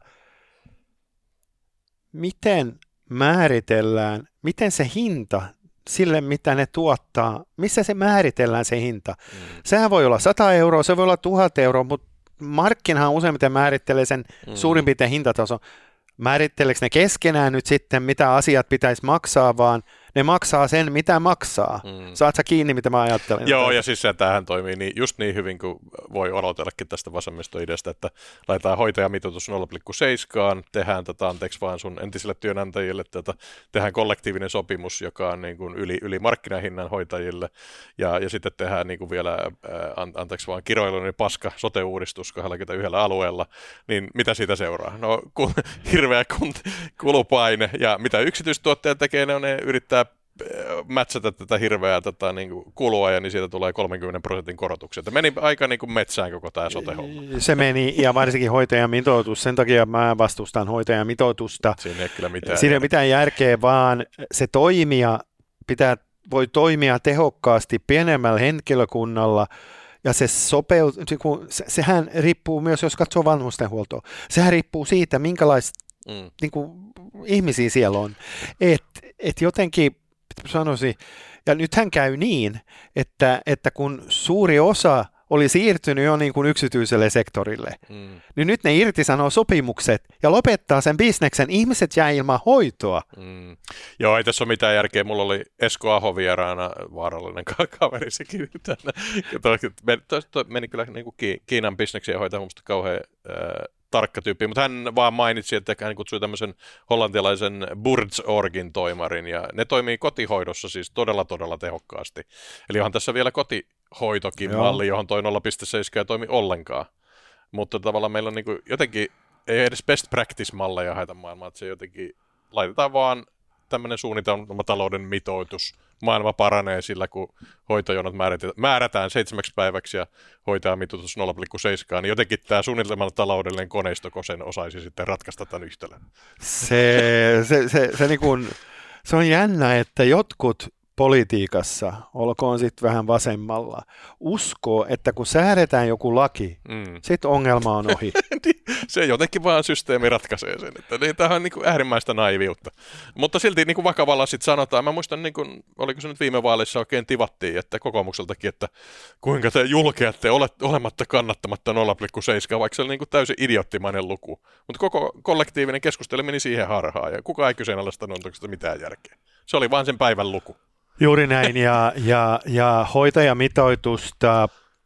miten määritellään, miten se hinta sille, mitä ne tuottaa, missä se määritellään se hinta. Mm. Sehän voi olla sata euroa, se voi olla tuhat euroa, mutta markkinahan useimmiten määrittelee sen mm. suurin piirtein hintatason. Määritteleekö ne keskenään nyt sitten, mitä asiat pitäisi maksaa, vaan ne maksaa sen, mitä maksaa. Mm. Saat sä kiinni, mitä mä ajattelen? Joo, ja siis se tämähän toimii niin, just niin hyvin kuin voi odotellakin tästä vasemmistoideasta, että laitetaan hoitajamitoitus nolla pilkku seitsemän, tehdään tätä, anteeksi vaan sun entisille työnantajille, tätä, tehdään kollektiivinen sopimus, joka on niin kuin yli, yli markkinahinnan hoitajille, ja, ja sitten tehdään niin kuin vielä, ää, anteeksi vaan kiroiluinen paska sote-uudistus kaksikymmentäyksi alueella, niin mitä siitä seuraa? No ku, hirveä kulupaine, ja mitä yksityistuottajat tekee, ne, on, ne yrittää mätsätä tätä hirveää tätä, niin kuin kulua, ja niin siitä tulee kolmenkymmenen prosentin korotuksia. Että meni aika niin kuin metsään koko tämä sote-homma. Se meni, ja varsinkin hoitajamitoitus. Sen takia mä vastustan hoitajamitoitusta. Siinä ei kyllä mitään. Siinä ei mitään järkeä, vaan se toimija pitää, voi toimia tehokkaasti pienemmällä henkilökunnalla, ja se sopeut, se, sehän riippuu myös, jos katsoo vanhustenhuoltoa, sehän riippuu siitä, minkälaista mm. niin kuin, ihmisiä siellä on. Että et jotenkin, sanoisin, ja nythän käy niin, että, että kun suuri osa oli siirtynyt jo niin kuin yksityiselle sektorille, mm. niin nyt ne irtisanoo sopimukset ja lopettaa sen bisneksen. Ihmiset jää ilman hoitoa. Mm. Joo, ei tässä ole mitään järkeä. Mulla oli Esko Aho vieraana, vaarallinen kaveri sekin tänne. Meni kyllä niin kuin Kiinan bisneksiä hoitaa minusta kauhean äh, tarkka tyyppi, mutta hän vaan mainitsi, että hän kutsui tämmöisen hollantilaisen Burt's-orgin toimarin, ja ne toimii kotihoidossa siis todella, todella tehokkaasti. Eli onhan tässä vielä kotihoitokin Joo. malli, johon toi nolla pilkku seitsemän ei toimi ollenkaan. Mutta tavallaan meillä on niin kuin jotenkin, ei edes best practice-malleja haeta maailmaa, että se jotenkin laitetaan vaan tämmöinen suunnitelmatalouden mitoitus. Maailma paranee sillä, kun hoitojonot määrätään seitsemäksi päiväksi ja hoitajamitoitus nolla pilkku seitsemän, niin jotenkin tämä suunnitelmataloudellinen koneistoko sen osaisi sitten ratkaista tämän yhtälön. Se, se, se, se, niin kuin, se on jännä, että jotkut politiikassa, olkoon sitten vähän vasemmalla, uskoo, että kun säädetään joku laki, mm. sitten ongelma on ohi. Se jotenkin vaan systeemi ratkaisee sen. Että niin, tämä on niin kuin äärimmäistä naiviutta. Mutta silti niin kuin vakavalla sitten sanotaan, mä muistan, niin kuin, oliko se nyt viime vaaleissa oikein tivattiin, että kokoomukseltakin, että kuinka te julkeatte olet, olematta kannattamatta nolla pilkku seitsemän, vaikka se oli niin kuin täysin idioottimainen luku. Mutta koko kollektiivinen keskustelu meni siihen harhaan, ja kukaan ei kyseenalaistanut, onko sitä mitään järkeä. Se oli vaan sen päivän luku. Juuri näin, ja, ja, ja hoitajamitoitusta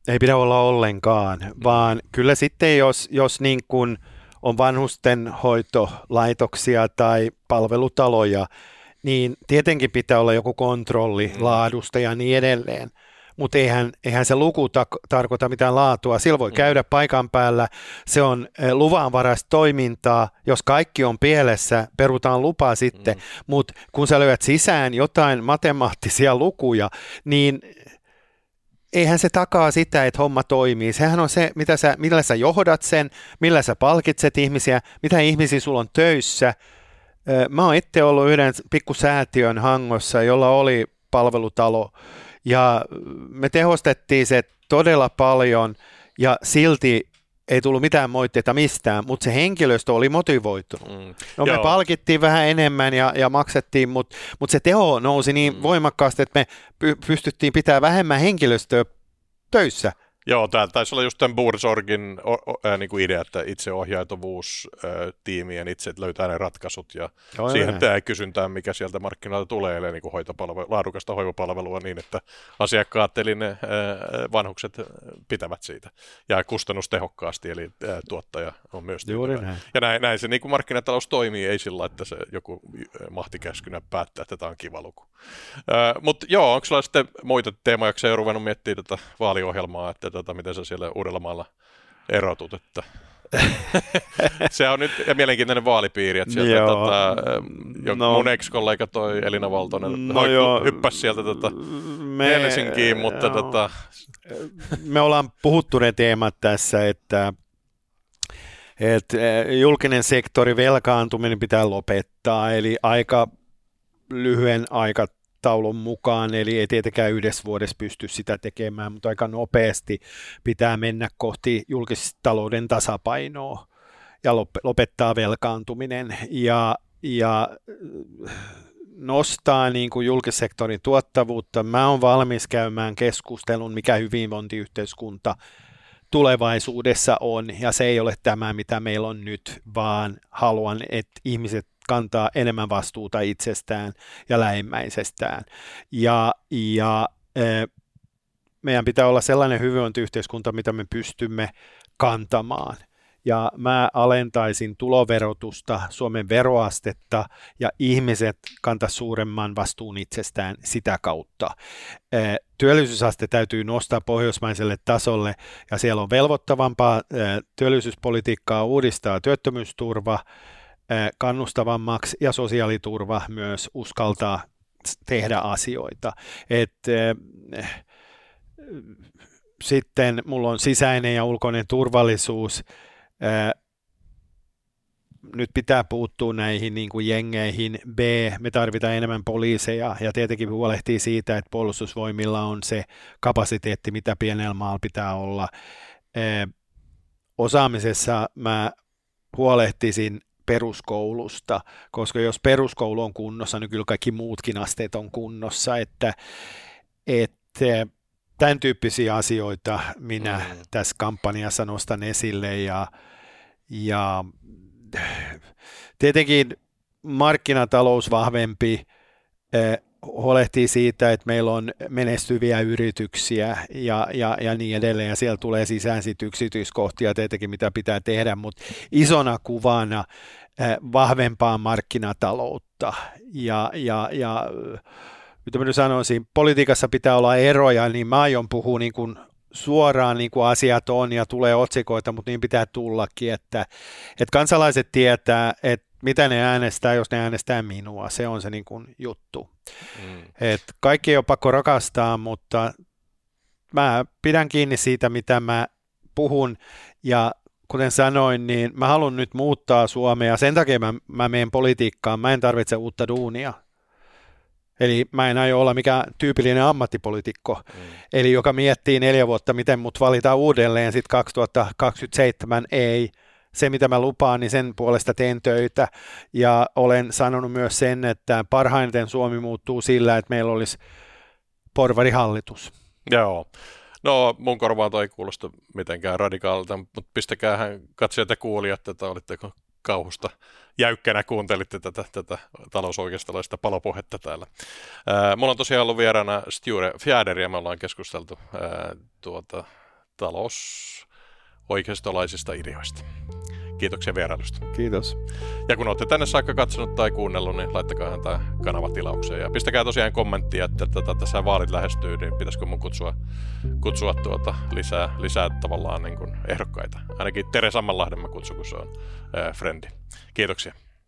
ei pidä olla ollenkaan, vaan kyllä sitten jos, jos niin kuin on vanhustenhoitolaitoksia tai palvelutaloja, niin tietenkin pitää olla joku kontrolli mm. laadusta ja niin edelleen. Mutta eihän, eihän se luku ta- tarkoita mitään laatua. Sillä voi mm. käydä paikan päällä. Se on luvanvaraista toimintaa. Jos kaikki on pielessä, perutaan lupa sitten. Mm. Mutta kun sä löydät sisään jotain matemaattisia lukuja, niin eihän se takaa sitä, että homma toimii. Sehän on se, mitä sä, millä sä johdat sen, millä sä palkitset ihmisiä, mitä ihmisiä sulla on töissä. Mä oon itse ollut yhden pikkusäätiön Hangossa, jolla oli palvelutalo. Ja me tehostettiin se todella paljon ja silti ei tullut mitään moitteita mistään, mutta se henkilöstö oli motivoitunut. Mm. No me palkittiin vähän enemmän ja, ja maksettiin, mutta mut se teho nousi niin mm. voimakkaasti, että me py- pystyttiin pitämään vähemmän henkilöstöä töissä. Joo, tämä taisi olla just tämän Buursorgin o, o, ää, niin kuin idea, että itseohjautuvuus ää, tiimien itse löytää ne ratkaisut ja Joo, siihen tämä kysyntään, mikä sieltä markkinoilta tulee, eli niin kuin hoitopalvelu, laadukasta hoivapalvelua niin, että asiakkaat eli ne ää, vanhukset pitävät siitä ja kustannustehokkaasti, eli ää, tuottaja on myös tyytyväinen. Ja näin, näin se niin kuin markkinatalous toimii, ei sillä, että se joku mahtikäskynä päättää, että tämä on kiva luku. Mutta joo, onko sulla sitten muita teemoja, jotka sä ruvennut miettimään tätä vaaliohjelmaa, että tota, miten sä siellä Uudellamaalla erotut, että se on nyt ja mielenkiintoinen vaalipiiri, että sieltä tota, no, mun ex-kollega toi Elina Valtonen no hyppäsi sieltä tota, me, Helsinkiin, mutta joo, tota... me ollaan puhuttu ne teemat tässä, että että julkinen sektori velkaantuminen pitää lopettaa, eli aika lyhyen aikataulun mukaan, eli ei tietenkään yhdessä vuodessa pysty sitä tekemään, mutta aika nopeasti pitää mennä kohti julkistalouden tasapainoa ja lopettaa velkaantuminen ja, ja nostaa niin kuin julkisektorin tuottavuutta. Mä oon valmis käymään keskustelun, mikä hyvinvointiyhteiskunta tulevaisuudessa on, ja se ei ole tämä, mitä meillä on nyt, vaan haluan, että ihmiset kantaa enemmän vastuuta itsestään ja lähimmäisestään. Ja, ja e, meidän pitää olla sellainen hyvinvointiyhteiskunta, mitä me pystymme kantamaan. Ja mä alentaisin tuloverotusta, Suomen veroastetta, ja ihmiset kantaa suuremman vastuun itsestään sitä kautta. E, työllisyysaste täytyy nostaa pohjoismaiselle tasolle, ja siellä on velvoittavampaa e, työllisyyspolitiikkaa, uudistaa työttömyysturva, kannustavammaksi ja sosiaaliturva myös uskaltaa tehdä asioita. Et, äh, sitten mulla on sisäinen ja ulkoinen turvallisuus. Äh, nyt pitää puuttua näihin niin kuin jengeihin. B, me tarvitaan enemmän poliiseja ja tietenkin huolehtii siitä, että puolustusvoimilla on se kapasiteetti, mitä pienellä maalla pitää olla. Äh, osaamisessa mä huolehtisin peruskoulusta, koska jos peruskoulu on kunnossa, niin kyllä kaikki muutkin asteet on kunnossa, että, että tämän tyyppisiä asioita minä mm. tässä kampanjassa nostan esille ja, ja tietenkin markkinatalous vahvempi eh, huolehtii siitä, että meillä on menestyviä yrityksiä ja, ja, ja niin edelleen, ja siellä tulee sisään sit yksityiskohtia tietenkin, mitä pitää tehdä, mutta isona kuvana eh, vahvempaa markkinataloutta, ja, ja, ja mitä mä nyt sanoisin, politiikassa pitää olla eroja, niin mä aion puhua niin kuin suoraan niin kuin asiat on, ja tulee otsikoita, mutta niin pitää tullakin, että, että kansalaiset tietää, että mitä ne äänestää, jos ne äänestää minua. Se on se niin kuin juttu. Mm. Et kaikki ei ole pakko rakastaa, mutta mä pidän kiinni siitä, mitä mä puhun. Ja kuten sanoin, niin mä haluan nyt muuttaa Suomea. Sen takia mä, mä menen politiikkaan. Mä en tarvitse uutta duunia. Eli mä en aio olla mikään tyypillinen ammattipoliitikko, mm. eli joka miettii neljä vuotta, miten mut valitaan uudelleen sitten kaksituhattakaksikymmentäseitsemän. Ei. Se, mitä mä lupaan, niin sen puolesta teen töitä, ja olen sanonut myös sen, että parhaiten Suomi muuttuu sillä, että meillä olisi porvarihallitus. Joo. No mun korvaan toi ei kuulosta mitenkään radikaalilta, mutta pistäkäähän katsojat ja kuulijat, että olitteko kauhusta jäykkänä kuuntelitte tätä, tätä talousoikeistolaista palopuhetta täällä. Ää, mulla on tosiaan ollut vieraana Sture Fjäder, ja me ollaan keskusteltu ää, tuota, talousoikeistolaisista ideoista. Kiitoksia vierailusta. Kiitos. Ja kun olette tänne saakka katsonut tai kuunnellut, niin laittakaa tämä kanava tilaukseen. Ja pistäkää tosiaan kommenttia, että tätä, tässä vaalit lähestyy, niin pitäisikö mun kutsua, kutsua tuota lisää, lisää tavallaan niin kuin ehdokkaita. Ainakin Tere Sammanlahden mä kutsun, kun se on ää, frendi. Kiitoksia.